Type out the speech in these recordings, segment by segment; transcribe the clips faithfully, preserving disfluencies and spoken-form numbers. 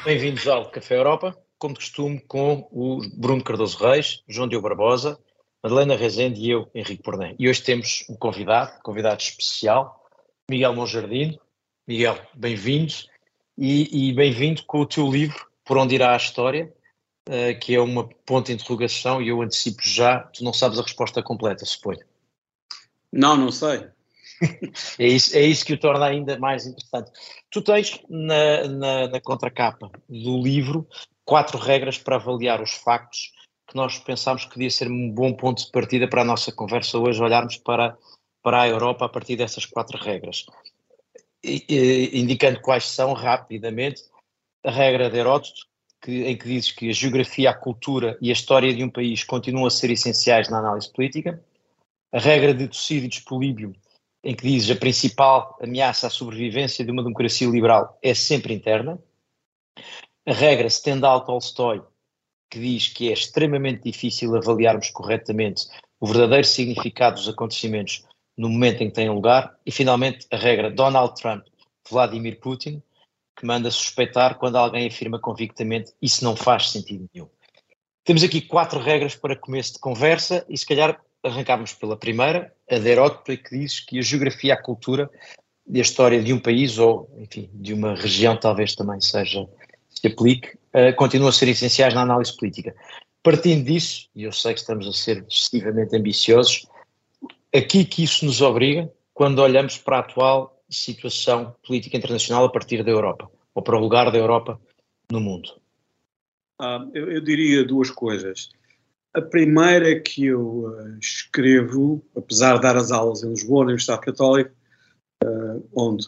Bem-vindos ao Café Europa, como de costume, com o Bruno Cardoso Reis, João Diogo Barbosa, Madalena Rezende e eu, Henrique Pornem. E hoje temos um convidado, convidado especial, Miguel Monjardim. Miguel, bem-vindo e, e bem-vindo com o teu livro, Por Onde Irá a História, uh, que é uma ponto de interrogação e eu antecipo já, tu não sabes a resposta completa, suponho. Não, não sei. É isso, é isso que o torna ainda mais interessante. Tu tens na, na, na contracapa do livro quatro regras para avaliar os factos que nós pensámos que podia ser um bom ponto de partida para a nossa conversa hoje, olharmos para, para a Europa a partir dessas quatro regras. E, e, indicando quais são, rapidamente, a regra de Heródoto, que, em que dizes que a geografia, a cultura e a história de um país continuam a ser essenciais na análise política. A regra de Tucídides Políbio, em que dizes a principal ameaça à sobrevivência de uma democracia liberal é sempre interna. A regra Stendhal-Tolstói, que diz que é extremamente difícil avaliarmos corretamente o verdadeiro significado dos acontecimentos no momento em que têm lugar. E, finalmente, a regra Donald Trump-Vladimir Putin, que manda suspeitar quando alguém afirma convictamente isso não faz sentido nenhum. Temos aqui quatro regras para começo de conversa e, se calhar, arrancávamos pela primeira, a de Heródoto, que diz que a geografia, a cultura e a história de um país, ou, enfim, de uma região talvez também seja, se aplique, uh, continuam a ser essenciais na análise política. Partindo disso, e eu sei que estamos a ser excessivamente ambiciosos, aqui que isso nos obriga quando olhamos para a atual situação política internacional a partir da Europa, ou para o lugar da Europa no mundo. Ah, eu, eu diria duas coisas. A primeira é que eu uh, escrevo, apesar de dar as aulas em Lisboa, na Universidade Católica, uh, onde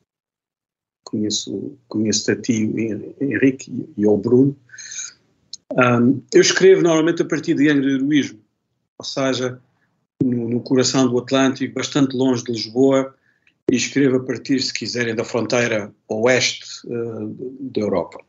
conheço, conheço a ti, Henrique, e ao Bruno, um, eu escrevo normalmente a partir de anglo-heroísmo, ou seja, no, no coração do Atlântico, bastante longe de Lisboa, e escrevo a partir, se quiserem, da fronteira oeste uh, da Europa.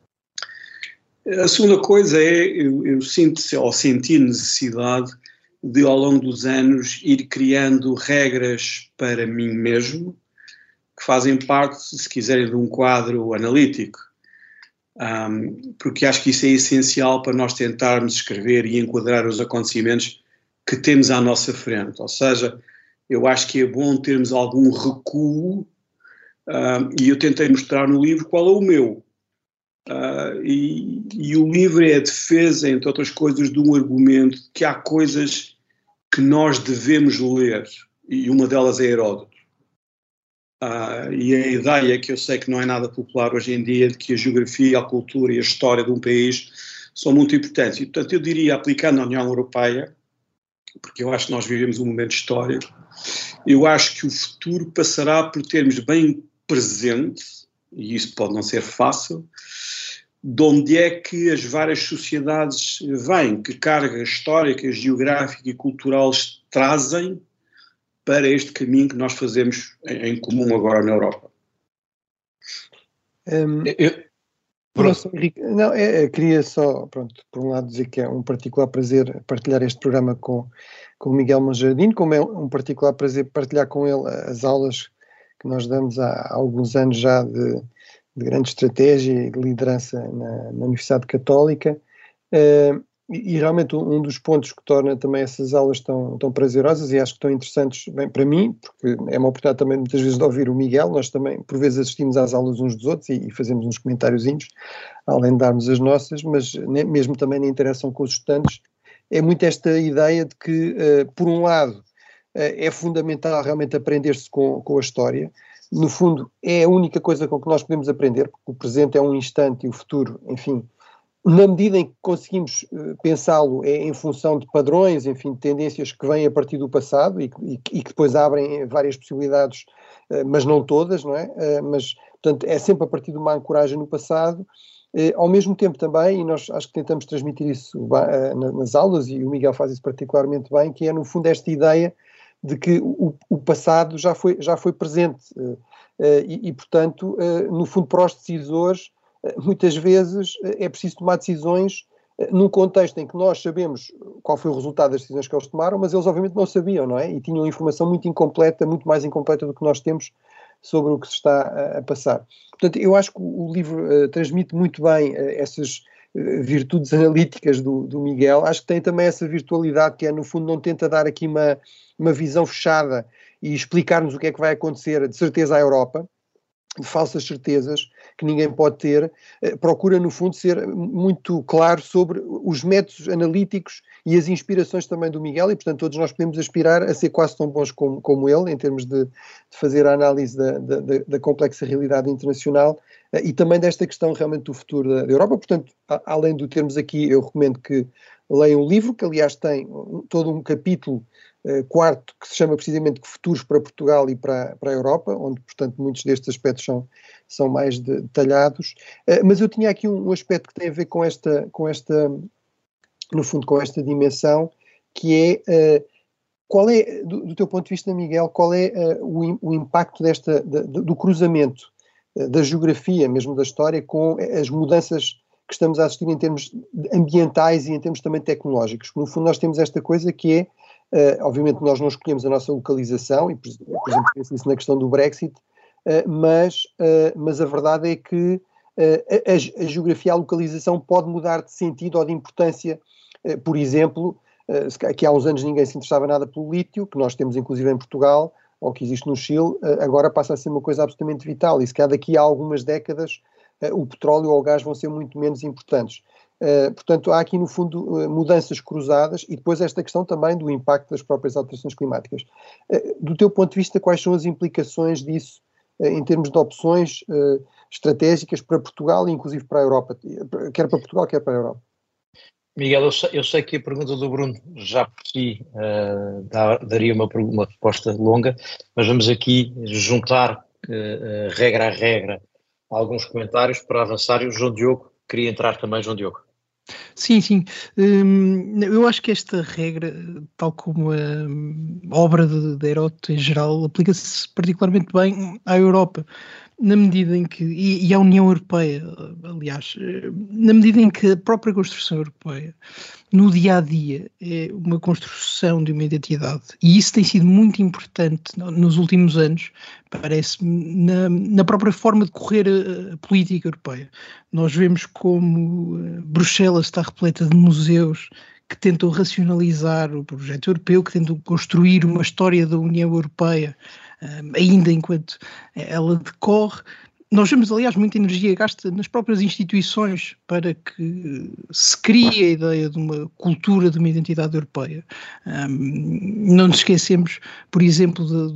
A segunda coisa é, eu, eu sinto, ou senti necessidade de, ao longo dos anos, ir criando regras para mim mesmo, que fazem parte, se quiserem, de um quadro analítico. Um, porque acho que isso é essencial para nós tentarmos escrever e enquadrar os acontecimentos que temos à nossa frente. Ou seja, eu acho que é bom termos algum recuo, um, e eu tentei mostrar no livro qual é o meu. Uh, e, e o livro é a defesa, entre outras coisas, de um argumento que há coisas que nós devemos ler, e uma delas é Heródoto. Uh, e a ideia, que eu sei que não é nada popular hoje em dia, de que a geografia, a cultura e a história de um país são muito importantes. E, portanto, eu diria, aplicando a União Europeia, porque eu acho que nós vivemos um momento histórico, eu acho que o futuro passará por termos bem presente, e isso pode não ser fácil, de onde é que as várias sociedades vêm, que carga histórica, geográfica e cultural trazem para este caminho que nós fazemos em, em comum agora na Europa. Um, eu, não, só, Henrique, não é, queria só, pronto, por um lado dizer que é um particular prazer partilhar este programa com, com o Miguel Monjardim, como é um particular prazer partilhar com ele as aulas que nós damos há, há alguns anos já de de grande estratégia e de liderança na, na Universidade Católica, uh, e, e realmente um, um dos pontos que torna também essas aulas tão, tão prazerosas e acho que tão interessantes bem, para mim, porque é uma oportunidade também muitas vezes de ouvir o Miguel, nós também por vezes assistimos às aulas uns dos outros e, e fazemos uns comentáriozinhos, além de darmos as nossas, mas ne, mesmo também na interação com os estudantes, é muito esta ideia de que, uh, por um lado, uh, é fundamental realmente aprender-se com, com a história. No fundo, é a única coisa com que nós podemos aprender, porque o presente é um instante e o futuro, enfim, na medida em que conseguimos uh, pensá-lo, é em função de padrões, enfim, de tendências que vêm a partir do passado e, e, e que depois abrem várias possibilidades, uh, mas não todas, não é? Uh, mas, portanto, é sempre a partir de uma ancoragem no passado. Uh, ao mesmo tempo também, e nós acho que tentamos transmitir isso uh, nas aulas, e o Miguel faz isso particularmente bem, que é, no fundo, esta ideia de que o, o passado já foi, já foi presente uh, uh, e, e, portanto, uh, no fundo, para os decisores, uh, muitas vezes uh, é preciso tomar decisões uh, num contexto em que nós sabemos qual foi o resultado das decisões que eles tomaram, mas eles obviamente não sabiam, não é? E tinham informação muito incompleta, muito mais incompleta do que nós temos sobre o que se está a, a passar. Portanto, eu acho que o, o livro uh, transmite muito bem uh, essas uh, virtudes analíticas do, do Miguel. Acho que tem também essa virtualidade que é, no fundo, não tenta dar aqui uma, uma visão fechada e explicar-nos o que é que vai acontecer, de certeza, à Europa, de falsas certezas que ninguém pode ter, eh, procura no fundo ser muito claro sobre os métodos analíticos e as inspirações também do Miguel, e portanto todos nós podemos aspirar a ser quase tão bons como, como ele, em termos de, de fazer a análise da, da, da complexa realidade internacional eh, e também desta questão realmente do futuro da, da Europa. Portanto, a, além do termos aqui, eu recomendo que leiam o livro, que aliás tem um, todo um capítulo Uh, quarto, que se chama precisamente Futuros para Portugal e para, para a Europa, onde, portanto, muitos destes aspectos são, são mais de, detalhados. Uh, mas eu tinha aqui um, um aspecto que tem a ver com esta, com esta, no fundo, com esta dimensão, que é, uh, qual é, do, do teu ponto de vista, Miguel, qual é uh, o, o impacto desta, de, de, do cruzamento uh, da geografia, mesmo da história, com as mudanças que estamos a assistir em termos ambientais e em termos também tecnológicos. No fundo, nós temos esta coisa que é, Uh, obviamente nós não escolhemos a nossa localização, e por, por exemplo penso isso na questão do Brexit, uh, mas, uh, mas a verdade é que uh, a, a geografia, a localização pode mudar de sentido ou de importância. Uh, por exemplo, uh, que há uns anos ninguém se interessava nada pelo lítio, que nós temos inclusive em Portugal, ou que existe no Chile, uh, agora passa a ser uma coisa absolutamente vital, e se calhar daqui a algumas décadas uh, o petróleo ou o gás vão ser muito menos importantes. Uh, portanto, há aqui, no fundo, uh, mudanças cruzadas e depois esta questão também do impacto das próprias alterações climáticas. Uh, do teu ponto de vista, quais são as implicações disso uh, em termos de opções uh, estratégicas para Portugal e inclusive para a Europa, quer para Portugal, quer para a Europa? Miguel, eu sei, eu sei que a pergunta do Bruno já por si uh, dá, daria uma, uma resposta longa, mas vamos aqui juntar uh, uh, regra a regra alguns comentários para avançar, e o João Diogo queria entrar também. João Diogo. Sim, sim. Hum, eu acho que esta regra, tal como a obra de, de Heródoto em geral, aplica-se particularmente bem à Europa, na medida em que, e, e à União Europeia, aliás, na medida em que a própria construção europeia, no dia-a-dia, é uma construção de uma identidade, e isso tem sido muito importante nos últimos anos, parece-me, na, na própria forma de correr a, a política europeia. Nós vemos como Bruxelas está repleta de museus que tentam racionalizar o projeto europeu, que tentam construir uma história da União Europeia, um, ainda enquanto ela decorre. Nós vemos, aliás, muita energia gasta nas próprias instituições para que se crie a ideia de uma cultura, de uma identidade europeia. Um, não nos esquecemos, por exemplo, de,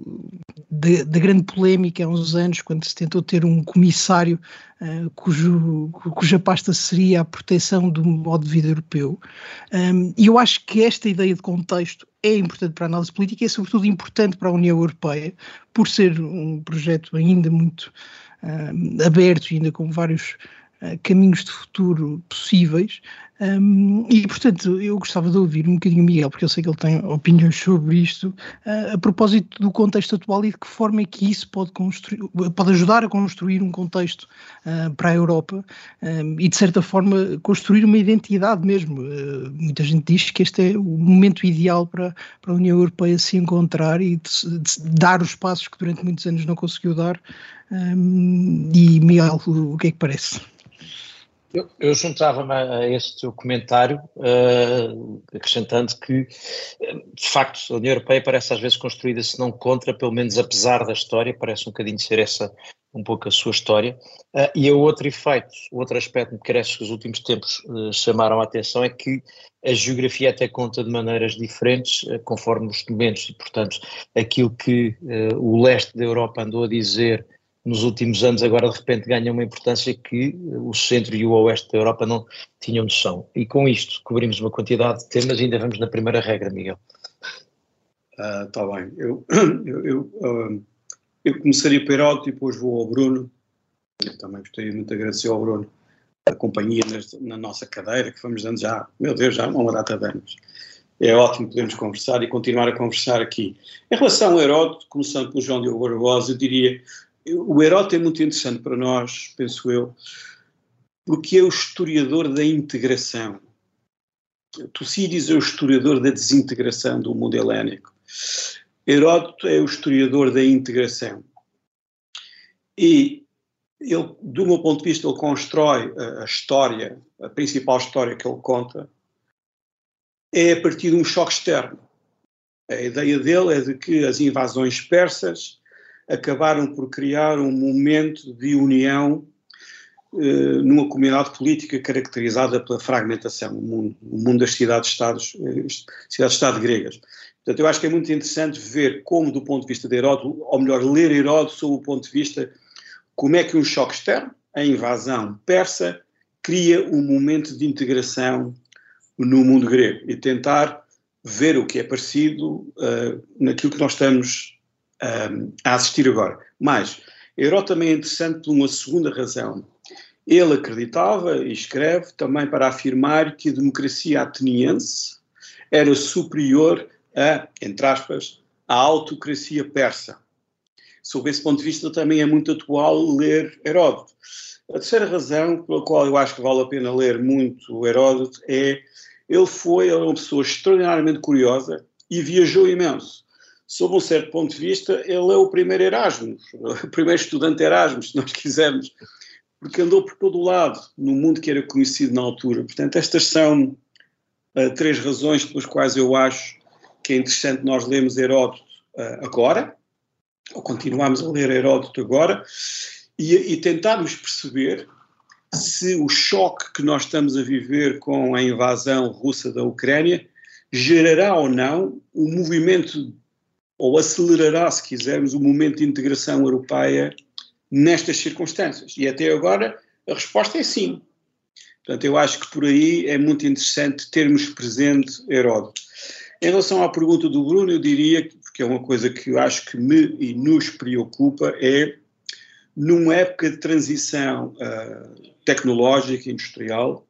de, da grande polémica há uns anos, quando se tentou ter um comissário uh, cujo, cuja pasta seria a proteção do modo de vida europeu. Um, e eu acho que esta ideia de contexto é importante para a análise política e é sobretudo importante para a União Europeia, por ser um projeto ainda muito uh, aberto e ainda com vários uh, caminhos de futuro possíveis. Um, e, portanto, eu gostava de ouvir um bocadinho o Miguel, porque eu sei que ele tem opiniões sobre isto, uh, a propósito do contexto atual e de que forma é que isso pode, construir, pode ajudar a construir um contexto uh, para a Europa um, e, de certa forma, construir uma identidade mesmo. Uh, muita gente diz que este é o momento ideal para, para a União Europeia se encontrar e de, de dar os passos que durante muitos anos não conseguiu dar. Um, e, Miguel, o, o que é que parece? Eu, eu juntava-me a esse teu comentário, uh, acrescentando que, de facto, a União Europeia parece às vezes construída, se não contra, pelo menos apesar da história, parece um bocadinho ser essa um pouco a sua história. Uh, e o outro efeito, o outro aspecto que parece que os últimos tempos uh, chamaram a atenção é que a geografia até conta de maneiras diferentes, uh, conforme os momentos, e, portanto, aquilo que uh, o leste da Europa andou a dizer nos últimos anos, agora de repente ganha uma importância que o centro e o oeste da Europa não tinham noção. E com isto cobrimos uma quantidade de temas e ainda vamos na primeira regra, Miguel. Está uh, bem. Eu, eu, eu, uh, eu começaria por Heródoto e depois vou ao Bruno. Eu também gostaria muito de agradecer ao Bruno a companhia nesta, na nossa cadeira, que fomos dando já, meu Deus, já uma data de anos. É ótimo podermos conversar e continuar a conversar aqui. Em relação ao Heródoto, começando pelo João Diogo Barbosa, eu diria... O Heródoto é muito interessante para nós, penso eu, porque é o historiador da integração. Tucídides é o historiador da desintegração do mundo helénico. Heródoto é o historiador da integração. E ele, do meu ponto de vista, ele constrói a, a história, a principal história que ele conta, é a partir de um choque externo. A ideia dele é de que as invasões persas acabaram por criar um momento de união eh, numa comunidade política caracterizada pela fragmentação, o mundo, o mundo das cidades-estados, eh, cidades-estado gregas. Portanto, eu acho que é muito interessante ver como, do ponto de vista de Heródoto, ou melhor, ler Heródoto sob o ponto de vista como é que um choque externo, a invasão persa, cria um momento de integração no mundo grego e tentar ver o que é parecido uh, naquilo que nós estamos uh, a assistir agora. Mas Heródoto também é interessante por uma segunda razão. Ele acreditava e escreve também para afirmar que a democracia ateniense era superior a, entre aspas, a autocracia persa. Sob esse ponto de vista também é muito atual ler Heródoto. A terceira razão pela qual eu acho que vale a pena ler muito Heródoto é ele foi uma pessoa extraordinariamente curiosa e viajou imenso. Sob um certo ponto de vista, ele é o primeiro Erasmus, o primeiro estudante Erasmus, se nós quisermos, porque andou por todo o lado, no mundo que era conhecido na altura. Portanto, estas são uh, três razões pelas quais eu acho que é interessante nós lermos Heródoto uh, agora, ou continuarmos a ler Heródoto agora, e, e tentarmos perceber se o choque que nós estamos a viver com a invasão russa da Ucrânia gerará ou não o movimento, ou acelerará, se quisermos, o momento de integração europeia nestas circunstâncias. E até agora a resposta é sim. Portanto, eu acho que por aí é muito interessante termos presente Heródoto. Em relação à pergunta do Bruno, eu diria, porque é uma coisa que eu acho que me e nos preocupa, é numa época de transição uh, tecnológica e industrial,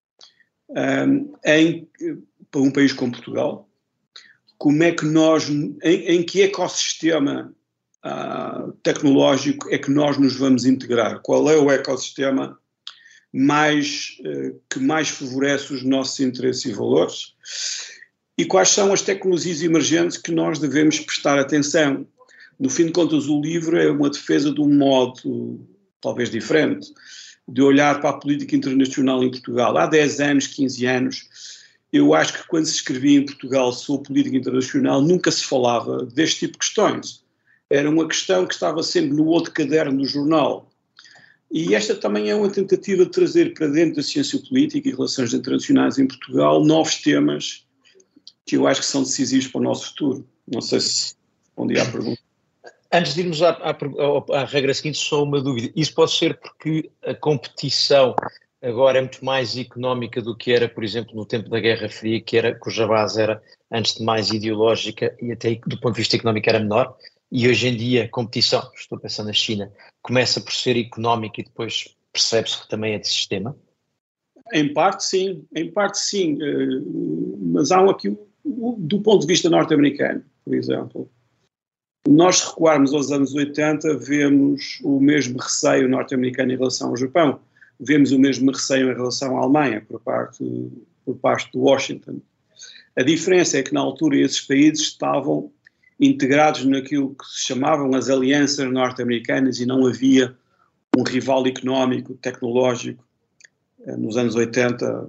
um, em, para um país como Portugal, como é que nós, em, em que ecossistema uh, tecnológico é que nós nos vamos integrar? Qual é o ecossistema mais, uh, que mais favorece os nossos interesses e valores? E quais são as tecnologias emergentes que nós devemos prestar atenção? No fim de contas, o livro é uma defesa de um modo talvez diferente, de olhar para a política internacional em Portugal. Há dez anos, quinze anos, eu acho que quando se escrevia em Portugal sobre política internacional, nunca se falava deste tipo de questões. Era uma questão que estava sempre no outro caderno do jornal. E esta também é uma tentativa de trazer para dentro da ciência política e relações internacionais em Portugal novos temas que eu acho que são decisivos para o nosso futuro. Não sei se respondi à pergunta. Antes de irmos à, à, à regra seguinte, só uma dúvida. Isso pode ser porque a competição agora é muito mais económica do que era, por exemplo, no tempo da Guerra Fria, que era, cuja base era, antes de mais, ideológica e até do ponto de vista económico era menor, e hoje em dia a competição, estou pensando na China, começa por ser económica e depois percebe-se que também é de sistema? Em parte sim, em parte sim, mas há um aqui, do ponto de vista norte-americano, por exemplo, nós recuarmos aos anos oitenta, vemos o mesmo receio norte-americano em relação ao Japão, vemos o mesmo receio em relação à Alemanha por parte, por parte de Washington. A diferença é que na altura esses países estavam integrados naquilo que se chamavam as alianças norte-americanas e não havia um rival económico, tecnológico, nos anos oitenta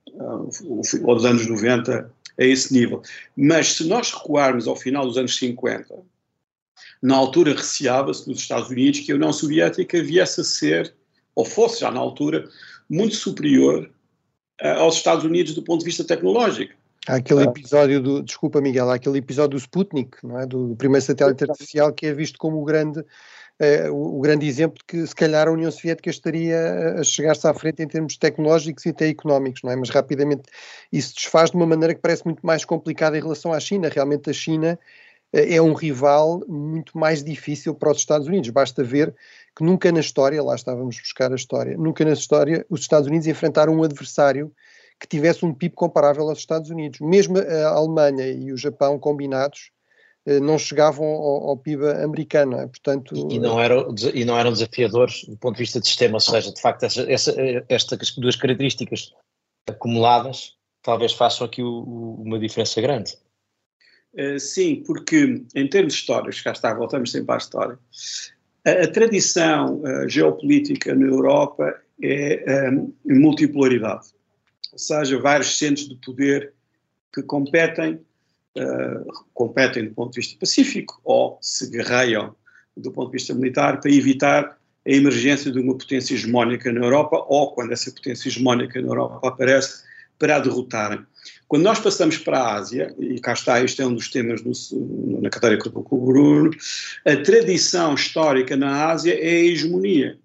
ou dos anos noventa a esse nível. Mas se nós recuarmos ao final dos anos cinquenta, na altura receava-se nos Estados Unidos que a União Soviética viesse a ser, ou fosse já na altura, muito superior uh, aos Estados Unidos do ponto de vista tecnológico. Há aquele episódio do, desculpa Miguel, há aquele episódio do Sputnik, não é? do, do primeiro satélite artificial, que é visto como o grande, uh, o, o grande exemplo de que se calhar a União Soviética estaria a chegar-se à frente em termos tecnológicos e até económicos, não é? Mas rapidamente isso desfaz de uma maneira que parece muito mais complicada em relação à China. Realmente a China é um rival muito mais difícil para os Estados Unidos. Basta ver que nunca na história, lá estávamos a buscar a história, nunca na história os Estados Unidos enfrentaram um adversário que tivesse um P I B comparável aos Estados Unidos. Mesmo a Alemanha e o Japão combinados não chegavam ao, ao P I B americano, não é? Portanto, e, e, não eram, e não eram desafiadores do ponto de vista de sistema, ou seja, de facto essa, essa, estas duas características acumuladas talvez façam aqui o, o, uma diferença grande. Uh, sim, porque em termos históricos, cá está, voltamos sempre à história, A, a tradição uh, geopolítica na Europa é um, multipolaridade, ou seja, vários centros de poder que competem, uh, competem do ponto de vista pacífico ou se guerreiam do ponto de vista militar para evitar a emergência de uma potência hegemónica na Europa ou, quando essa potência hegemónica na Europa aparece, para a derrotarem. Quando nós passamos para a Ásia, e cá está, este é um dos temas no, na cadeira que eu com o Bruno, a tradição histórica na Ásia é a hegemonia.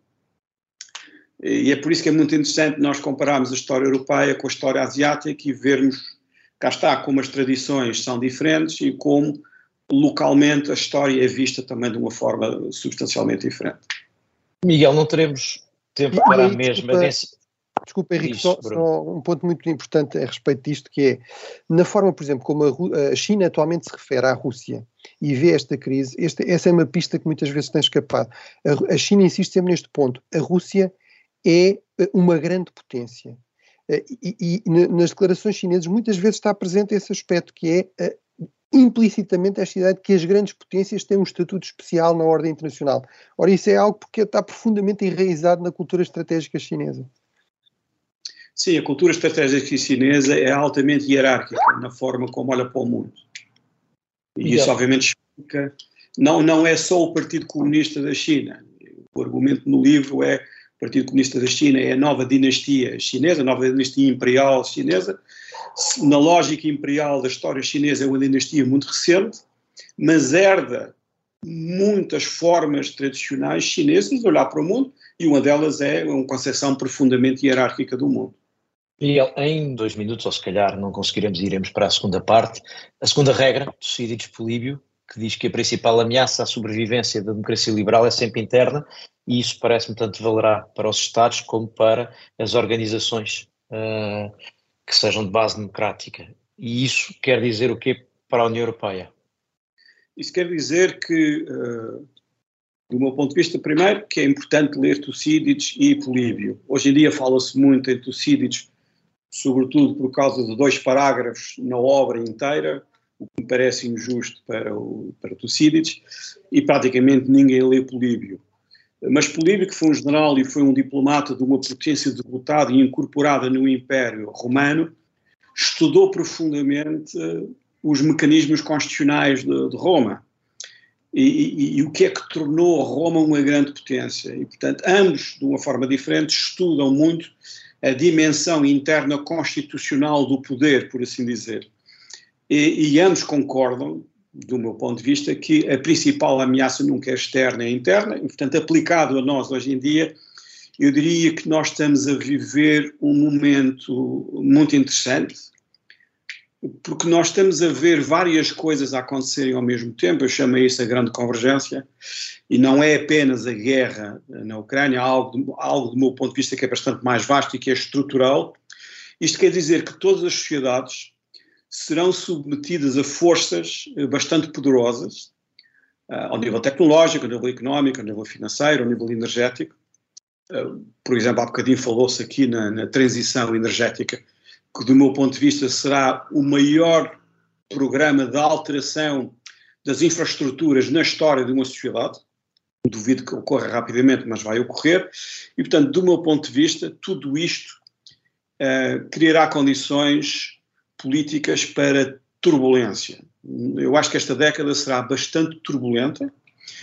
E é por isso que é muito interessante nós compararmos a história europeia com a história asiática e vermos, cá está, como as tradições são diferentes e como localmente a história é vista também de uma forma substancialmente diferente. Miguel, não teremos tempo e, para a mesma... Nesse... Desculpa, Henrique, só, só um ponto muito importante a respeito disto, que é, na forma, por exemplo, como a, a China atualmente se refere à Rússia e vê esta crise, esta, essa é uma pista que muitas vezes tem escapado. A, a China insiste sempre neste ponto. A Rússia é uma grande potência. E, e, e nas declarações chinesas muitas vezes está presente esse aspecto, que é implicitamente esta ideia de que as grandes potências têm um estatuto especial na ordem internacional. Ora, isso é algo porque está profundamente enraizado na cultura estratégica chinesa. Sim, a cultura estratégica chinesa é altamente hierárquica na forma como olha para o mundo. E Miguel. Isso obviamente explica, não, não é só o Partido Comunista da China. O argumento no livro é o Partido Comunista da China é a nova dinastia chinesa, a nova dinastia imperial chinesa. Na lógica imperial da história chinesa é uma dinastia muito recente, mas herda muitas formas tradicionais chinesas de olhar para o mundo, e uma delas é uma concepção profundamente hierárquica do mundo. Miguel, em dois minutos, ou se calhar não conseguiremos e iremos para a segunda parte, a segunda regra, Tucídides Políbio, que diz que a principal ameaça à sobrevivência da democracia liberal é sempre interna, e isso parece-me tanto valerá para os Estados como para as organizações uh, que sejam de base democrática. E isso quer dizer o quê para a União Europeia? Isso quer dizer que, uh, do meu ponto de vista, primeiro, que é importante ler Tucídides e Políbio. Hoje em dia fala-se muito em Tucídides, sobretudo por causa de dois parágrafos na obra inteira, o que me parece injusto para, o, para Tucídides, e praticamente ninguém lê Políbio. Mas Políbio, que foi um general e foi um diplomata de uma potência derrotada e incorporada no Império Romano, estudou profundamente uh, os mecanismos constitucionais de, de Roma e, e, e o que é que tornou Roma uma grande potência. E, portanto, ambos, de uma forma diferente, estudam muito a dimensão interna constitucional do poder, por assim dizer. E, e ambos concordam, do meu ponto de vista, que a principal ameaça nunca é externa, é interna, e, portanto, aplicado a nós hoje em dia, eu diria que nós estamos a viver um momento muito interessante, porque nós estamos a ver várias coisas a acontecerem ao mesmo tempo. Eu chamo isso a grande convergência, e não é apenas a guerra na Ucrânia, há algo, algo do meu ponto de vista que é bastante mais vasto e que é estrutural. Isto quer dizer que todas as sociedades serão submetidas a forças bastante poderosas, uh, ao nível tecnológico, ao nível económico, ao nível financeiro, ao nível energético. Uh, por exemplo, há bocadinho falou-se aqui na, na transição energética, que do meu ponto de vista será o maior programa de alteração das infraestruturas na história de uma sociedade. Duvido que ocorra rapidamente, mas vai ocorrer. E, portanto, do meu ponto de vista, tudo isto uh, criará condições políticas para turbulência. Eu acho que esta década será bastante turbulenta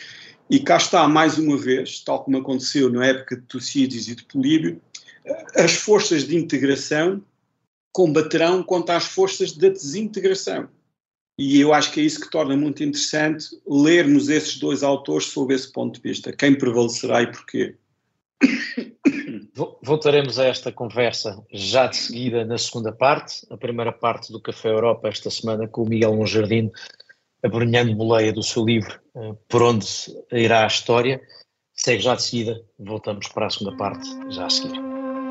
e cá está mais uma vez, tal como aconteceu na época de Tucídides e de Políbio, as forças de integração combaterão contra as forças da desintegração. E eu acho que é isso que torna muito interessante lermos esses dois autores sob esse ponto de vista. Quem prevalecerá e porquê? Voltaremos a esta conversa já de seguida na segunda parte, a primeira parte do Café Europa esta semana com o Miguel Monjardim, abrunhando boleia do seu livro Por Onde Irá a História. Segue já de seguida, voltamos para a segunda parte já a seguir.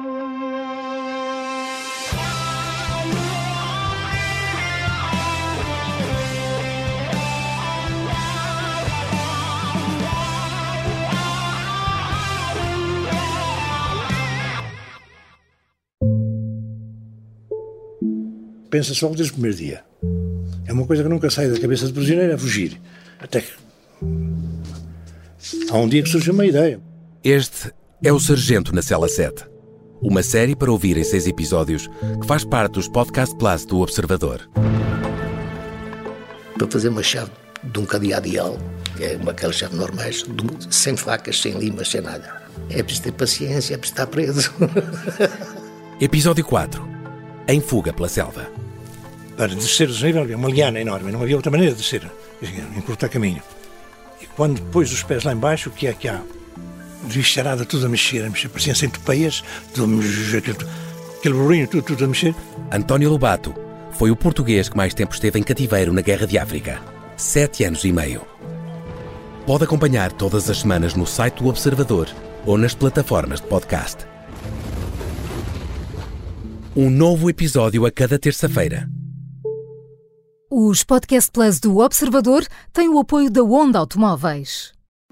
Pensa só desde o primeiro dia. É uma coisa que nunca sai da cabeça do prisioneiro, é fugir. Até que Há um dia que surgiu uma ideia. Este é o Sargento na Cela sete. Uma série para ouvir em seis episódios que faz parte dos Podcast Plus do Observador. Para fazer uma chave de um cadeado ideal, que é uma aquelas chaves normais, sem facas, sem limas, sem nada. É preciso ter paciência, é preciso estar preso. Episódio quatro. Em fuga pela selva. Para descer o desnível havia uma liana enorme, não havia outra maneira de descer, encurtar caminho. E quando pôs os pés lá embaixo, o que é que há? De bicharada, tudo a mexer, a mexer, parecia centopeias, tudo a mexer, aquele burrinho, tudo, tudo a mexer. António Lobato foi o português que mais tempo esteve em cativeiro na Guerra de África. Sete anos e meio. Pode acompanhar todas as semanas no site do Observador ou nas plataformas de podcast. Um novo episódio a cada terça-feira. Os Podcast Plus do Observador têm o apoio da Onda Automóveis.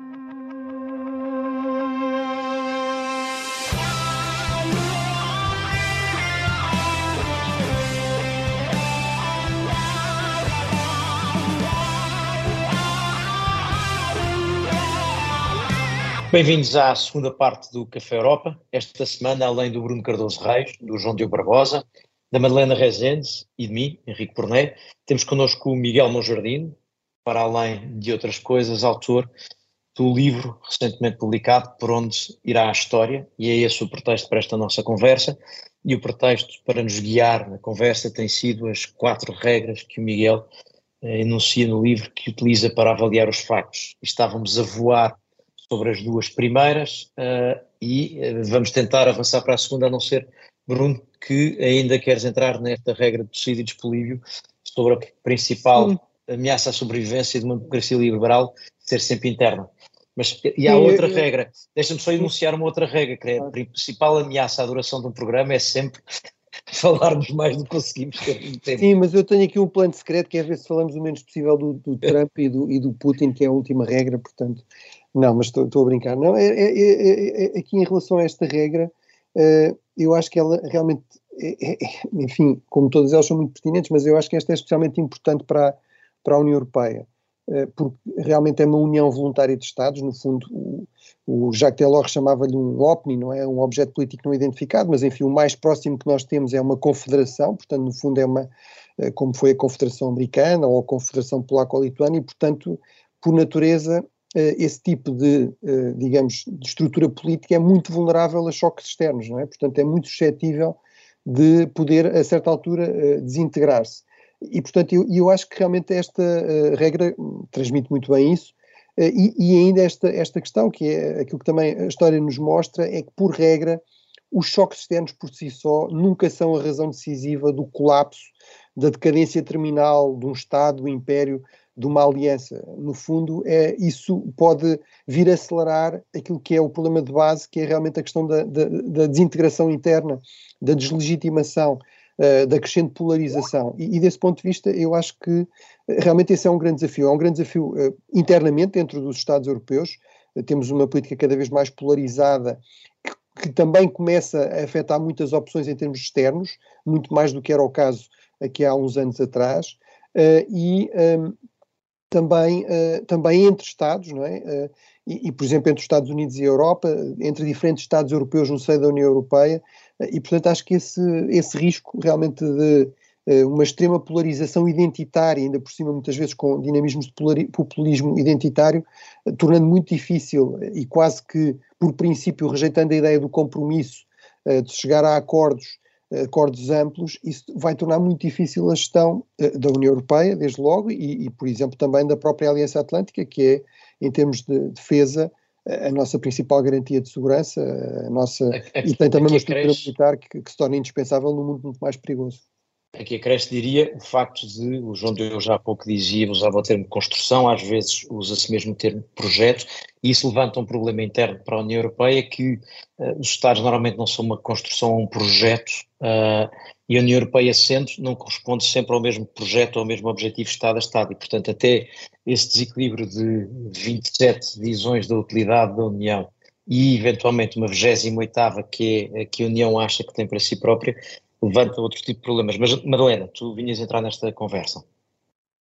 Bem-vindos à segunda parte do Café Europa. Esta semana, além do Bruno Cardoso Reis, do João Diogo Barbosa, da Madalena Rezende e de mim, Henrique Porné, temos connosco o Miguel Monjardim, para além de outras coisas, autor do livro recentemente publicado, Por Onde Irá a História, e é esse o pretexto para esta nossa conversa, e o pretexto para nos guiar na conversa tem sido as quatro regras que o Miguel eh, enuncia no livro, que utiliza para avaliar os factos. Estávamos a voar sobre as duas primeiras uh, e uh, vamos tentar avançar para a segunda, a não ser, Bruno, que ainda queres entrar nesta regra do tecido e dispolível sobre a principal Sim. ameaça à sobrevivência de uma democracia liberal ser sempre interna. Mas e há Sim, outra eu, regra, deixa-me só enunciar uma outra regra, que é a principal ameaça à duração de um programa é sempre falarmos mais do que conseguimos ter tempo. Sim, mas eu tenho aqui um plano secreto que é ver se falamos o menos possível do, do Trump e do, e do Putin, que é a última regra, portanto... Não, mas estou a brincar. Não, é, é, é, é, aqui em relação a esta regra, uh, eu acho que ela realmente, é, é, enfim, como todas elas são muito pertinentes, mas eu acho que esta é especialmente importante para, para a União Europeia, uh, porque realmente é uma união voluntária de Estados, no fundo, o, o Jacques Delors chamava-lhe um O P N I, não é? Um objeto político não identificado, mas enfim, o mais próximo que nós temos é uma confederação, portanto, no fundo é uma, uh, como foi a Confederação Americana ou a Confederação Polaco-Lituana, e portanto, por natureza, esse tipo de, digamos, de estrutura política é muito vulnerável a choques externos, não é? Portanto, é muito suscetível de poder, a certa altura, desintegrar-se. E, portanto, eu, eu acho que realmente esta regra transmite muito bem isso, e, e ainda esta, esta questão, que é aquilo que também a história nos mostra, é que, por regra, os choques externos por si só nunca são a razão decisiva do colapso, da decadência terminal de um Estado, do império, de uma aliança. No fundo, é, isso pode vir a acelerar aquilo que é o problema de base, que é realmente a questão da, da, da desintegração interna, da deslegitimação, uh, da crescente polarização. E, e desse ponto de vista, eu acho que uh, realmente esse é um grande desafio. É um grande desafio uh, internamente dentro dos Estados europeus. Uh, temos uma política cada vez mais polarizada, que, que também começa a afetar muitas opções em termos externos, muito mais do que era o caso aqui há uns anos atrás. Uh, e... Um, Também, uh, também entre Estados, não é? Uh, e, e, por exemplo, entre os Estados Unidos e a Europa, entre diferentes Estados europeus no seio da União Europeia, uh, e, portanto, acho que esse, esse risco realmente de uh, uma extrema polarização identitária, ainda por cima muitas vezes com dinamismos de polari- populismo identitário, uh, tornando muito difícil uh, e quase que, por princípio, rejeitando a ideia do compromisso, uh, de chegar a acordos, acordos amplos, isso vai tornar muito difícil a gestão uh, da União Europeia, desde logo, e, e, por exemplo, também da própria Aliança Atlântica, que é, em termos de defesa, a, a nossa principal garantia de segurança, a nossa, a, a, e tem também uma estrutura cresce, militar que, que se torna indispensável num mundo muito mais perigoso. Aqui acresce, diria, o facto de, o João Diogo já há pouco dizia, usava o termo construção, às vezes usa-se mesmo o termo projeto, e isso levanta um problema interno para a União Europeia, que uh, os Estados normalmente não são uma construção ou um projeto, uh, e a União Europeia sendo, não corresponde sempre ao mesmo projeto ou ao mesmo objetivo Estado a Estado, e portanto até esse desequilíbrio de vinte e sete visões da utilidade da União e eventualmente uma vigésima oitava que é a que a União acha que tem para si própria, levanta outro tipo de problemas. Mas, Madalena, tu vinhas entrar nesta conversa.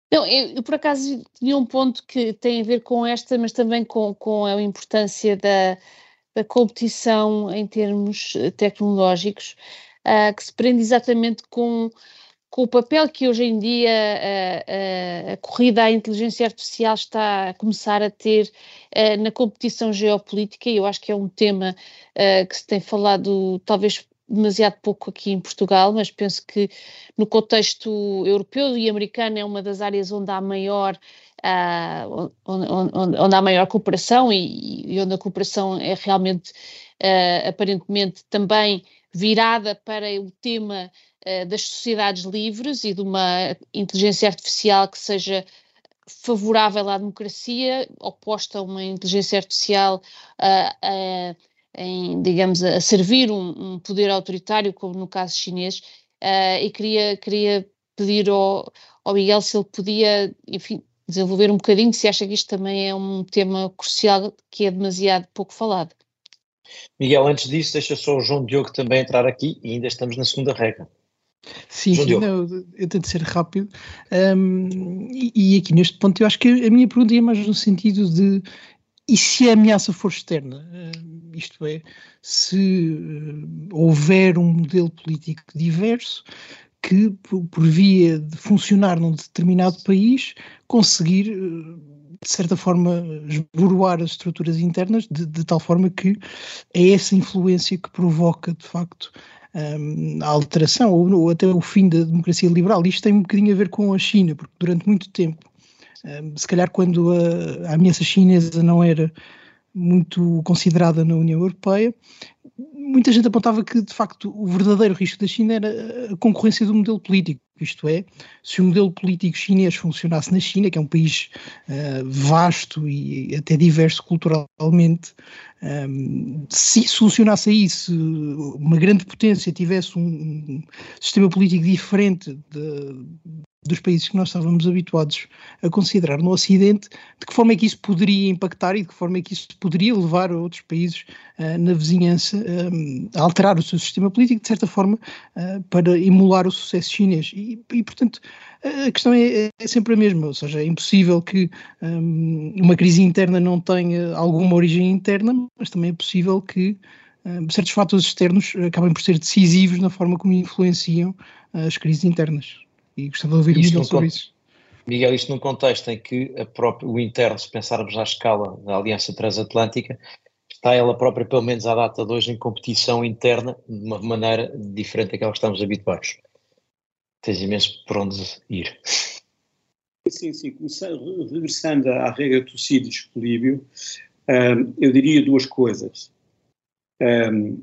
Não, eu, eu por acaso tinha um ponto que tem a ver com esta, mas também com, com a importância da, da competição em termos tecnológicos, uh, que se prende exatamente com, com o papel que hoje em dia a, a, a corrida à inteligência artificial está a começar a ter uh, na competição geopolítica, e eu acho que é um tema uh, que se tem falado talvez demasiado pouco aqui em Portugal, mas penso que no contexto europeu e americano é uma das áreas onde há maior, uh, onde, onde, onde há maior cooperação e, e onde a cooperação é realmente, uh, aparentemente, também virada para o tema uh, das sociedades livres e de uma inteligência artificial que seja favorável à democracia, oposta a uma inteligência artificial uh, uh, em, digamos, a servir um, um poder autoritário, como no caso chinês, uh, e queria, queria pedir ao, ao Miguel se ele podia, enfim, desenvolver um bocadinho, se acha que isto também é um tema crucial que é demasiado pouco falado. Miguel, antes disso, deixa só o João Diogo também entrar aqui, e ainda estamos na segunda regra. Sim, sim, não, eu tento ser rápido, um, e, e aqui neste ponto eu acho que a minha pergunta é mais no sentido de: e se a ameaça for externa? Uh, isto é, se uh, houver um modelo político diverso que, por, por via de funcionar num determinado país, conseguir, uh, de certa forma, esboroar as estruturas internas, de, de tal forma que é essa influência que provoca, de facto, um, a alteração ou, ou até o fim da democracia liberal. Isto tem um bocadinho a ver com a China, porque durante muito tempo, um, se calhar quando a, a ameaça chinesa não era muito considerada na União Europeia, muita gente apontava que, de facto, o verdadeiro risco da China era a concorrência do modelo político. Isto é, se o modelo político chinês funcionasse na China, que é um país uh, vasto e até diverso culturalmente, um, se isso funcionasse aí, se uma grande potência tivesse um, um sistema político diferente de, dos países que nós estávamos habituados a considerar no Ocidente, de que forma é que isso poderia impactar e de que forma é que isso poderia levar a outros países uh, na vizinhança um, a alterar o seu sistema político, de certa forma, uh, para emular o sucesso chinês. E, e portanto, a questão é, é sempre a mesma, ou seja, é impossível que um, uma crise interna não tenha alguma origem interna, mas também é possível que um, certos fatores externos acabem por ser decisivos na forma como influenciam uh, as crises internas. E gostava de ouvir o Miguel sobre isso. Miguel, isto num contexto em que a própria, o interno, se pensarmos à escala da Aliança Transatlântica, está ela própria, pelo menos à data de hoje, em competição interna de uma maneira diferente daquela que estamos habituados. Tens imenso por onde ir. Sim, sim. Começando, regressando à regra do subsídio-equilíbrio, um, eu diria duas coisas. Um,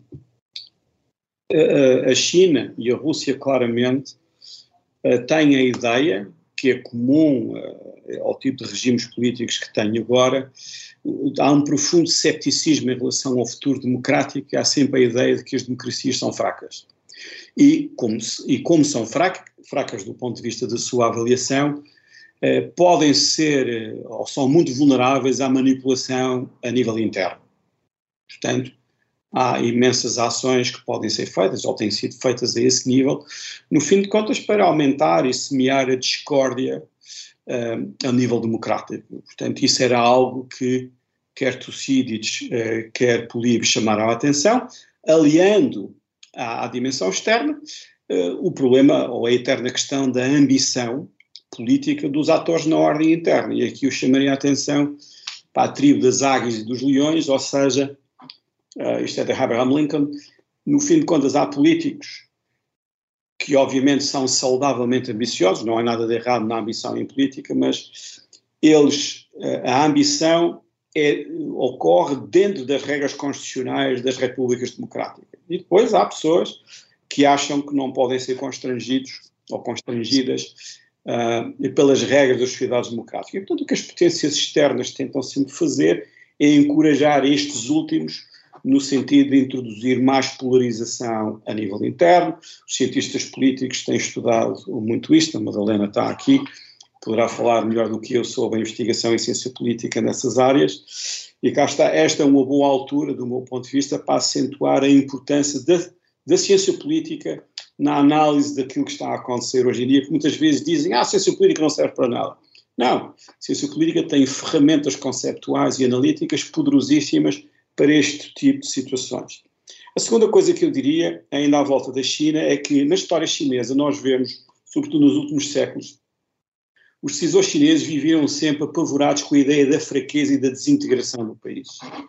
a, a China e a Rússia, claramente, uh, têm a ideia, que é comum uh, ao tipo de regimes políticos que têm agora, uh, há um profundo cepticismo em relação ao futuro democrático, e há sempre a ideia de que as democracias são fracas. E como, e como são fracas, fracas do ponto de vista da sua avaliação, eh, podem ser, eh, ou são muito vulneráveis à manipulação a nível interno. Portanto, há imensas ações que podem ser feitas, ou têm sido feitas a esse nível, no fim de contas, para aumentar e semear a discórdia eh, a nível democrático. Portanto, isso era algo que quer Tucídides, eh, quer Políbio chamaram a atenção, aliando à, à dimensão externa, uh, o problema, ou a eterna questão da ambição política dos atores na ordem interna. E aqui eu chamaria a atenção para a tribo das águias e dos leões, ou seja, uh, isto é de Abraham Lincoln, no fim de contas há políticos que obviamente são saudavelmente ambiciosos, não há nada de errado na ambição em política, mas eles, uh, a ambição É, ocorre dentro das regras constitucionais das repúblicas democráticas. E depois há pessoas que acham que não podem ser constrangidos ou constrangidas uh, pelas regras das sociedades democráticas. E, portanto, o que as potências externas tentam sempre fazer é encorajar estes últimos no sentido de introduzir mais polarização a nível interno. Os cientistas políticos têm estudado muito isto, a Madalena está aqui, poderá falar melhor do que eu sobre a investigação em ciência política nessas áreas, e cá está, esta é uma boa altura, do meu ponto de vista, para acentuar a importância da da ciência política na análise daquilo que está a acontecer hoje em dia, que muitas vezes dizem, ah, a ciência política não serve para nada. Não, a ciência política tem ferramentas conceptuais e analíticas poderosíssimas para este tipo de situações. A segunda coisa que eu diria, ainda à volta da China, é que na história chinesa nós vemos, sobretudo nos últimos séculos, os decisores chineses viviam sempre apavorados com a ideia da fraqueza e da desintegração do país.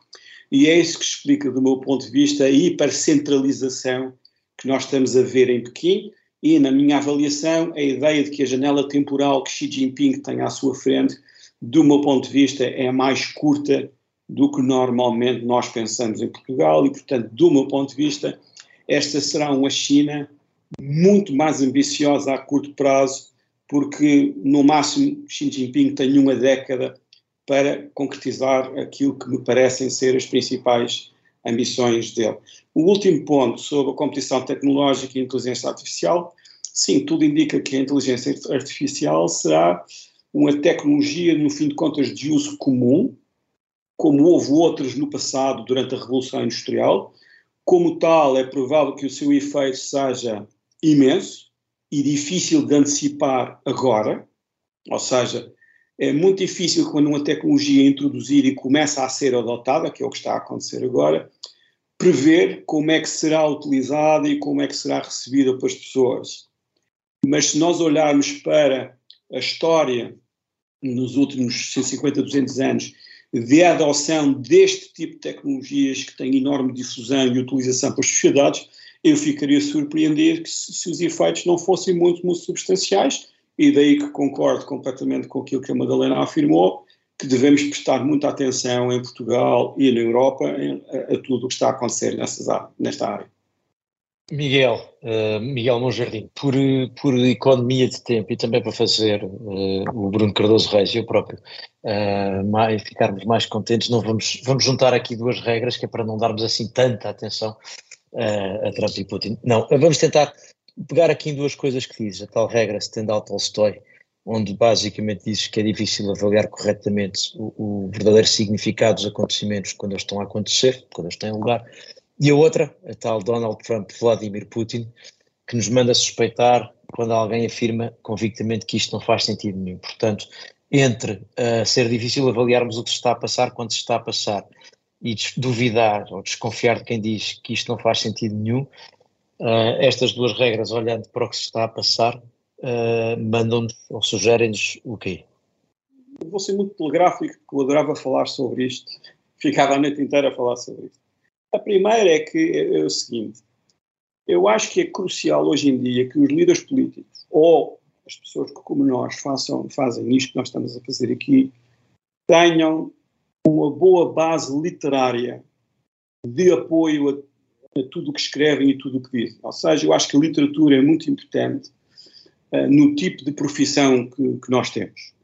E é isso que explica, do meu ponto de vista, a hipercentralização que nós estamos a ver em Pequim e, na minha avaliação, a ideia de que a janela temporal que Xi Jinping tem à sua frente, do meu ponto de vista, é mais curta do que normalmente nós pensamos em Portugal e, portanto, do meu ponto de vista, esta será uma China muito mais ambiciosa a curto prazo, porque, no máximo, Xi Jinping tem uma década para concretizar aquilo que me parecem ser as principais ambições dele. O último ponto sobre a competição tecnológica e a inteligência artificial, sim, tudo indica que a inteligência artificial será uma tecnologia, no fim de contas, de uso comum, como houve outras no passado durante a Revolução Industrial. Como tal, é provável que o seu efeito seja imenso e difícil de antecipar agora, ou seja, é muito difícil quando uma tecnologia é introduzida e começa a ser adotada, que é o que está a acontecer agora, prever como é que será utilizada e como é que será recebida pelas pessoas. Mas se nós olharmos para a história nos últimos cento e cinquenta, duzentos anos de adoção deste tipo de tecnologias que têm enorme difusão e utilização pelas sociedades, eu ficaria surpreendido que se, se os efeitos não fossem muito, muito substanciais, e daí que concordo completamente com aquilo que a Madalena afirmou, que devemos prestar muita atenção em Portugal e na Europa em, a, a tudo o que está a acontecer nessas, nesta área. Miguel, uh, Miguel Monjardim, por, por economia de tempo e também para fazer uh, o Bruno Cardoso Reis e eu próprio uh, mais, ficarmos mais contentes, não vamos, vamos juntar aqui duas regras que é para não darmos assim tanta atenção uh, a Trump e Putin. Não, vamos tentar pegar aqui em duas coisas que dizes, a tal regra Stendhal-Tolstói, onde basicamente dizes que é difícil avaliar corretamente o, o verdadeiro significado dos acontecimentos quando eles estão a acontecer, quando eles têm lugar, e a outra, a tal Donald Trump-Vladimir Putin, que nos manda suspeitar quando alguém afirma convictamente que isto não faz sentido nenhum. Portanto, entre uh, ser difícil avaliarmos o que se está a passar quando se está a passar e duvidar ou desconfiar de quem diz que isto não faz sentido nenhum, Uh, estas duas regras, olhando para o que se está a passar, uh, mandam-nos ou sugerem-nos o quê? Eu vou ser muito telegráfico, porque eu adorava falar sobre isto. Ficava a noite inteira a falar sobre isto. A primeira é que é, é o seguinte, eu acho que é crucial hoje em dia que os líderes políticos, ou as pessoas que como nós façam, fazem isto que nós estamos a fazer aqui, tenham uma boa base literária de apoio a a tudo o que escrevem e tudo o que dizem. Ou seja, eu acho que a literatura é muito importante uh, no tipo de profissão que, que nós temos.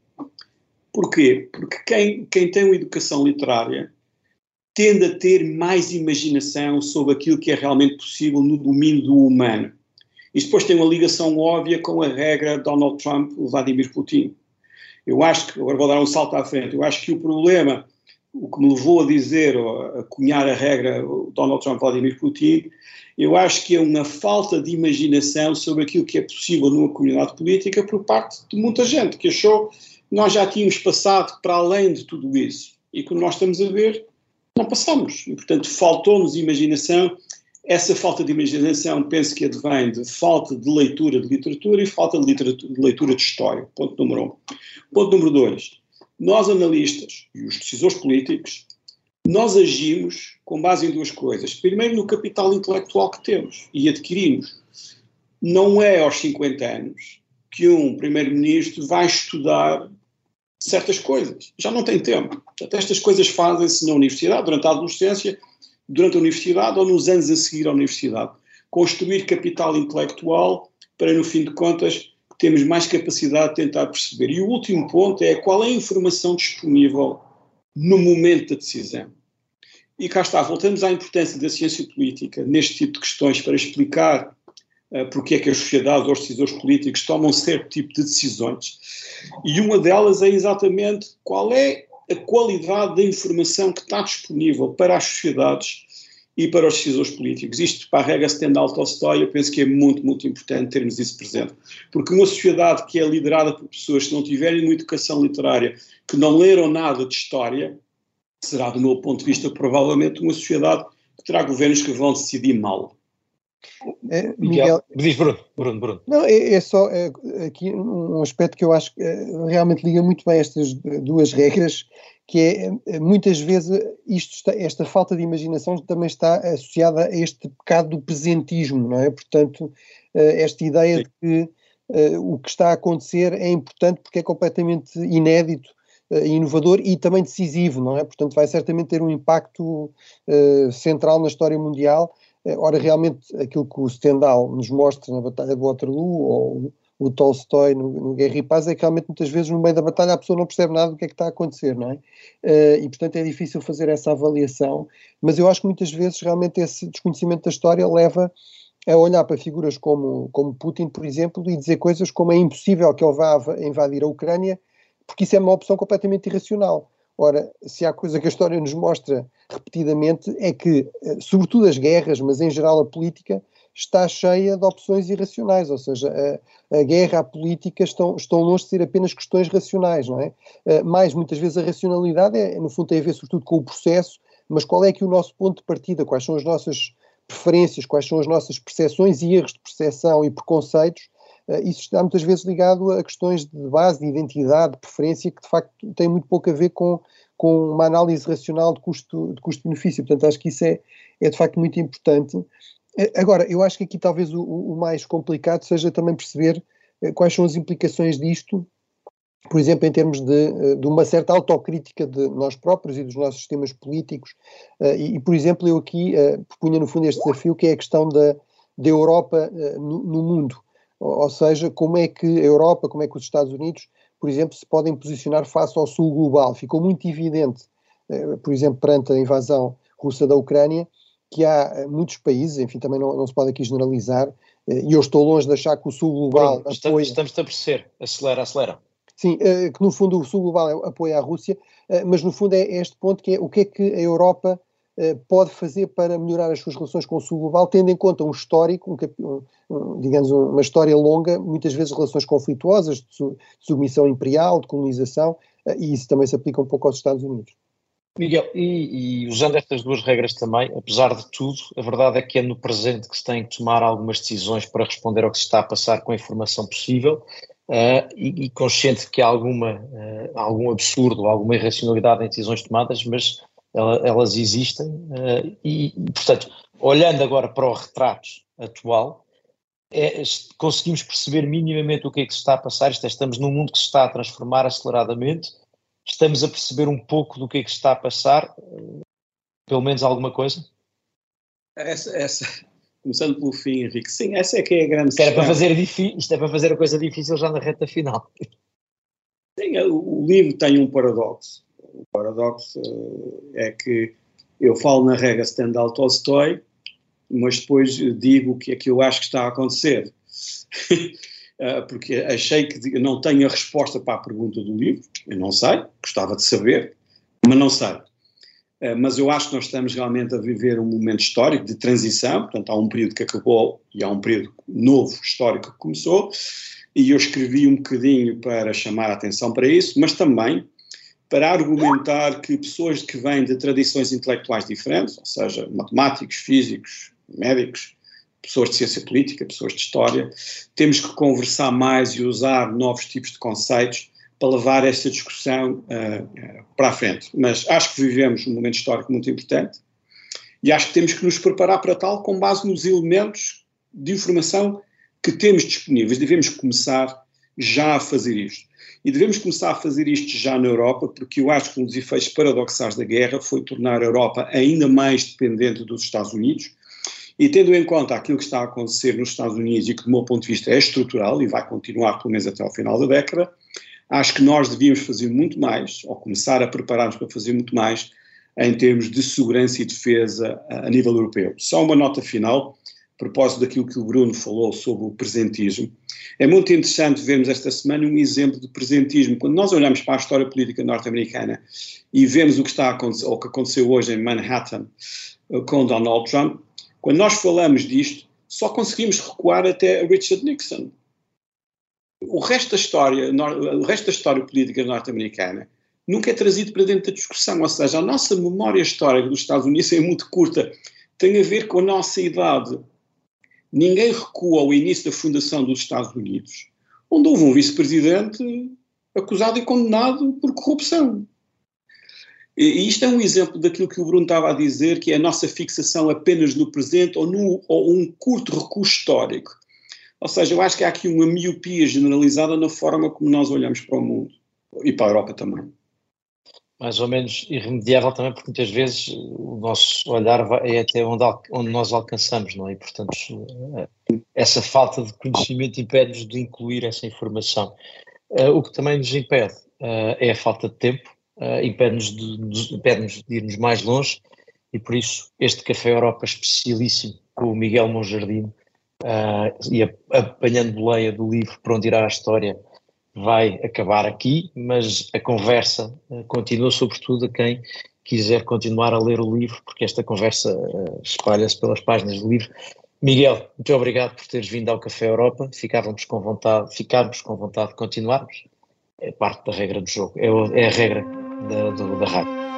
Porquê? Porque quem, quem tem uma educação literária tende a ter mais imaginação sobre aquilo que é realmente possível no domínio do humano. Isto depois tem uma ligação óbvia com a regra Donald Trump-Vladimir Putin. Eu acho que, agora vou dar um salto à frente, eu acho que o problema, o que me levou a dizer, ou a cunhar a regra Donald Trump, Vladimir Putin, eu acho que é uma falta de imaginação sobre aquilo que é possível numa comunidade política por parte de muita gente, que achou que nós já tínhamos passado para além de tudo isso. E como nós estamos a ver, não passamos. E, portanto, faltou-nos imaginação. Essa falta de imaginação penso que advém de falta de leitura de literatura e falta de, literatura, de leitura de história. Ponto número um. Ponto número dois. Nós, analistas e os decisores políticos, nós agimos com base em duas coisas. Primeiro, no capital intelectual que temos e adquirimos. Não é aos cinquenta anos que um primeiro-ministro vai estudar certas coisas. Já não tem tempo. Portanto, estas coisas fazem-se na universidade, durante a adolescência, durante a universidade ou nos anos a seguir à universidade. Construir capital intelectual para, no fim de contas, temos mais capacidade de tentar perceber. E o último ponto é qual é a informação disponível no momento da decisão. E cá está, voltamos à importância da ciência política neste tipo de questões para explicar uh, porque é que as sociedades ou os decisores políticos tomam certo tipo de decisões. E uma delas é exatamente qual é a qualidade da informação que está disponível para as sociedades e para os decisores políticos. Isto, para a regra Stendhal-Tolstói, eu penso que é muito, muito importante termos isso presente. Porque uma sociedade que é liderada por pessoas que não tiverem uma educação literária, que não leram nada de história, será, do meu ponto de vista, provavelmente uma sociedade que terá governos que vão decidir mal. É, Miguel, diz Bruno, Bruno, Bruno. Não, é, é só é, aqui um aspecto que eu acho que é, realmente liga muito bem estas duas regras, que é, muitas vezes, isto está, esta falta de imaginação também está associada a este pecado do presentismo, não é? Portanto, esta ideia Sim. de que uh, o que está a acontecer é importante porque é completamente inédito, uh, inovador e também decisivo, não é? Portanto, vai certamente ter um impacto uh, central na história mundial. Uh, ora, realmente, aquilo que o Stendhal nos mostra na Batalha de Waterloo, ou o Tolstói no, no Guerra e Paz, é que realmente muitas vezes no meio da batalha a pessoa não percebe nada do que é que está a acontecer, não é? Uh, e portanto é difícil fazer essa avaliação, mas eu acho que muitas vezes realmente esse desconhecimento da história leva a olhar para figuras como, como Putin, por exemplo, e dizer coisas como é impossível que ele vá invadir a Ucrânia, porque isso é uma opção completamente irracional. Ora, se há coisa que a história nos mostra repetidamente é que, sobretudo as guerras, mas em geral a política, está cheia de opções irracionais, ou seja, a, a guerra, a política estão, estão longe de ser apenas questões racionais, não é? Uh, mais, muitas vezes a racionalidade, é, no fundo, tem a ver sobretudo com o processo, mas qual é que é o nosso ponto de partida, quais são as nossas preferências, quais são as nossas percepções e erros de percepção e preconceitos, uh, isso está muitas vezes ligado a questões de base, de identidade, de preferência, que de facto tem muito pouco a ver com, com uma análise racional de custo, de custo-benefício, portanto acho que isso é, é de facto muito importante. Agora, eu acho que aqui talvez o, o mais complicado seja também perceber eh, quais são as implicações disto, por exemplo, em termos de, de uma certa autocrítica de nós próprios e dos nossos sistemas políticos. Uh, e, e, por exemplo, eu aqui uh, propunha no fundo este desafio, que é a questão da, da Europa uh, no, no mundo. Ou, ou seja, como é que a Europa, como é que os Estados Unidos, por exemplo, se podem posicionar face ao sul global. Ficou muito evidente, uh, por exemplo, perante a invasão russa da Ucrânia, que há muitos países, enfim, também não, não se pode aqui generalizar, e eu estou longe de achar que o Sul Global Pronto, apoia... Estamos a perceber, acelera, acelera. Sim, que no fundo o Sul Global apoia a Rússia, mas no fundo é este ponto que é o que é que a Europa pode fazer para melhorar as suas relações com o Sul Global, tendo em conta um histórico, um, um, digamos uma história longa, muitas vezes relações conflituosas, de, su, de submissão imperial, de colonização, e isso também se aplica um pouco aos Estados Unidos. Miguel, e, e usando estas duas regras também, apesar de tudo, a verdade é que é no presente que se tem que tomar algumas decisões para responder ao que se está a passar com a informação possível, uh, e, e consciente que há alguma, uh, algum absurdo, alguma irracionalidade em decisões tomadas, mas ela, elas existem, uh, e, portanto, olhando agora para o retrato atual, é, conseguimos perceber minimamente o que é que se está a passar. Isto é, estamos num mundo que se está a transformar aceleradamente. Estamos a perceber um pouco do que é que está a passar, pelo menos alguma coisa? Essa, essa, começando pelo fim, Henrique, sim, essa é que é a grande isto, era para fazer isto é para fazer a coisa difícil já na reta final. Sim, o, o livro tem um paradoxo. O paradoxo é que eu falo na regra Stendhal-Tolstói, mas depois digo o que é que eu acho que está a acontecer. Porque achei que não tenho a resposta para a pergunta do livro, eu não sei, gostava de saber, mas não sei. Mas eu acho que nós estamos realmente a viver um momento histórico de transição, portanto há um período que acabou e há um período novo histórico que começou, e eu escrevi um bocadinho para chamar a atenção para isso, mas também para argumentar que pessoas que vêm de tradições intelectuais diferentes, ou seja, matemáticos, físicos, médicos, pessoas de ciência política, pessoas de história, temos que conversar mais e usar novos tipos de conceitos para levar esta discussão uh, uh, para a frente. Mas acho que vivemos um momento histórico muito importante e acho que temos que nos preparar para tal com base nos elementos de informação que temos disponíveis. Devemos começar já a fazer isto. E devemos começar a fazer isto já na Europa, porque eu acho que um dos efeitos paradoxais da guerra foi tornar a Europa ainda mais dependente dos Estados Unidos. E tendo em conta aquilo que está a acontecer nos Estados Unidos e que do meu ponto de vista é estrutural e vai continuar pelo menos até ao final da década, acho que nós devíamos fazer muito mais, ou começar a preparar-nos para fazer muito mais, em termos de segurança e defesa a nível europeu. Só uma nota final, propósito daquilo que o Bruno falou sobre o presentismo, é muito interessante vermos esta semana um exemplo de presentismo. Quando nós olhamos para a história política norte-americana e vemos o que está a acontecer, ou que aconteceu hoje em Manhattan com Donald Trump, quando nós falamos disto, só conseguimos recuar até Richard Nixon. O resto da história, o resto da história política norte-americana nunca é trazido para dentro da discussão, ou seja, a nossa memória histórica dos Estados Unidos é muito curta, tem a ver com a nossa idade. Ninguém recua ao início da fundação dos Estados Unidos, onde houve um vice-presidente acusado e condenado por corrupção. E isto é um exemplo daquilo que o Bruno estava a dizer, que é a nossa fixação apenas no presente ou, no, ou um curto recuo histórico. Ou seja, eu acho que há aqui uma miopia generalizada na forma como nós olhamos para o mundo e para a Europa também. Mais ou menos irremediável também, porque muitas vezes o nosso olhar vai, é até onde, onde nós alcançamos, não é? E, portanto, essa falta de conhecimento impede-nos de incluir essa informação. Uh, o que também nos impede uh, é a falta de tempo, uh, impede-nos de, de, impede-nos de irmos mais longe, e por isso este Café Europa especialíssimo com o Miguel Monjardim, uh, e a, apanhando boleia do livro Por Onde Irá a História, vai acabar aqui, mas a conversa uh, continua, sobretudo a quem quiser continuar a ler o livro, porque esta conversa uh, espalha-se pelas páginas do livro. Miguel, muito obrigado por teres vindo ao Café Europa. Ficávamos com vontade, ficámos com vontade de continuarmos. É parte da regra do jogo, é, é a regra da, do, da rádio.